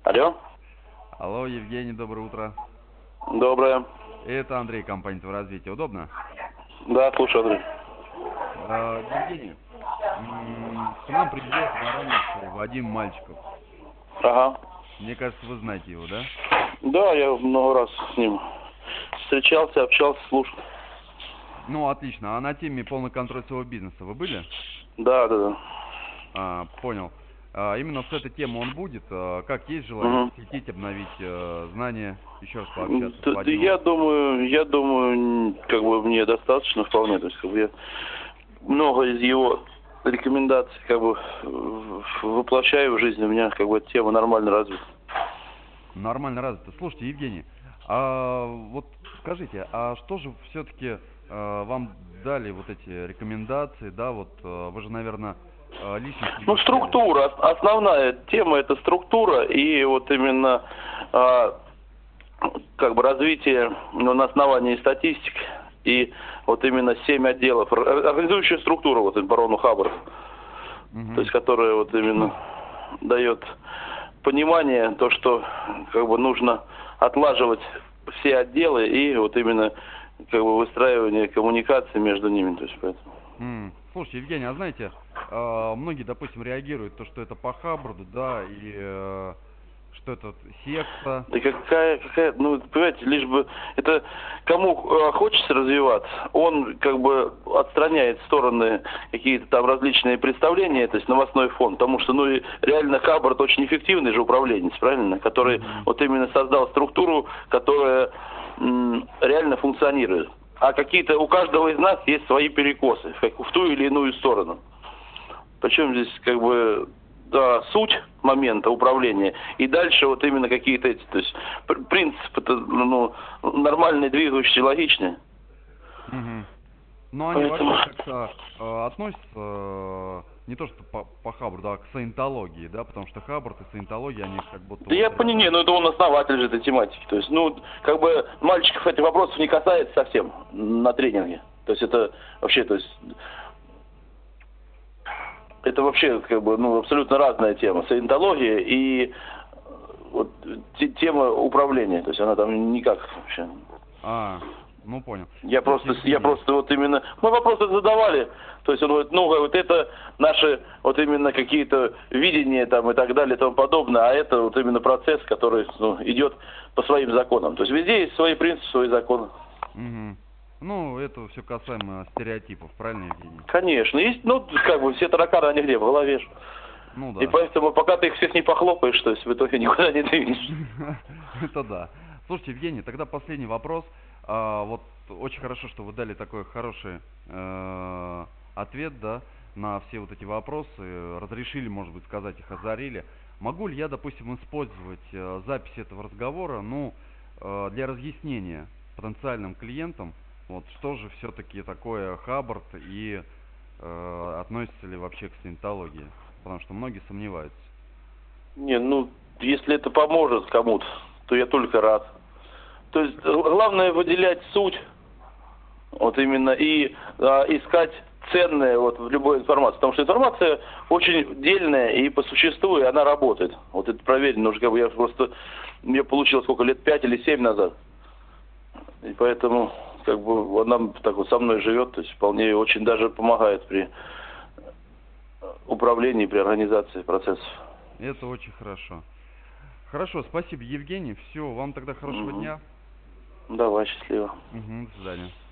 Алло. Алло, Евгений, доброе утро. Доброе. Это Андрей, компания «ТВ Развитие». Удобно? Да, слушай, Андрей. Евгений, к нам привез Воронеж Вадим Мальчиков. Ага. Мне кажется, вы знаете его, да? Да, я много раз с ним встречался, общался, слушал. Ну, отлично. А на теме полный контроль своего бизнеса вы были? Да. Понял. Именно с этой темы он будет. Как есть желание посетить, обновить знания, еще раз пообщаться с Вадимом? Я думаю, как бы мне достаточно вполне. То есть, как бы я много из его рекомендаций как бы воплощаю в жизнь. У меня как бы тема нормально развита. Нормально развито. Слушайте, Евгений, вот скажите, а что же все-таки вам дали вот эти рекомендации, да, вот вы же, наверное, лично... Ну, структура, основная тема это структура и вот именно как бы развитие на основании статистики и вот именно 7 отделов, организующая структура вот барону Хаббард, то есть которая вот именно дает понимание, то, что как бы нужно отлаживать все отделы и вот именно как бы выстраивание коммуникации между ними, то есть поэтому. Слушайте, Евгений, а знаете, многие, допустим, реагируют, то, что это по Хаббарду, да, и что это секта. Да какая, ну, понимаете, лишь бы, это кому хочется развиваться, он как бы отстраняет в стороны какие-то там различные представления, то есть новостной фон, потому что, ну, и реально Хаббард очень эффективный же управленец, правильно, который вот именно создал структуру, которая реально функционирует. А какие-то, у каждого из нас есть свои перекосы, в ту или иную сторону. Причем здесь как бы... Да, суть момента управления и дальше вот именно какие-то эти, то есть принцип это, ну, нормальный, двигающий, логичный. Но они вообще как-то относятся не то что по Хаббарду, а к саентологии, да, потому что Хаббард и саентология, они как будто... Да я понимаю, ну это он основатель же этой тематики, то есть, ну, как бы мальчиков этих вопросов не касается совсем на тренинге, то есть это вообще, то есть... Это вообще как бы ну абсолютно разная тема. Саентология и вот тема управления. То есть она там никак вообще. Ну понял. Я просто вот именно. Мы вопросы задавали. То есть он говорит, ну вот это наши вот именно какие-то видения там и так далее и тому подобное, а это вот именно процесс, который идет по своим законам. То есть везде есть свои принципы, свои законы. Ну, это все касаемо стереотипов, правильно, Евгений? Конечно. Есть, ну, как бы все тараканы, они где? В голове же. Ну да. И поэтому, пока ты их всех не похлопаешь, то есть в итоге никуда не двинешься. Это да. Слушайте, Евгений, тогда последний вопрос. Вот очень хорошо, что вы дали такой хороший ответ, да, на все вот эти вопросы. Разрешили, может быть, сказать, их озарили. Могу ли я, допустим, использовать запись этого разговора, ну, для разъяснения потенциальным клиентам, вот что же все-таки такое Хаббард и относится ли вообще к саентологии? Потому что многие сомневаются. Не, ну, если это поможет кому-то, то я только рад. То есть главное выделять суть, вот именно, и искать ценное вот в любой информации. Потому что информация очень дельная и по существу, и она работает. Вот это проверено уже, как бы я получил сколько, лет 5 или 7 назад. И поэтому, как бы, она так вот со мной живет, то есть вполне очень даже помогает при управлении, при организации процессов. Это очень хорошо. Хорошо, спасибо, Евгений. Все, вам тогда хорошего дня. Давай, счастливо. До свидания.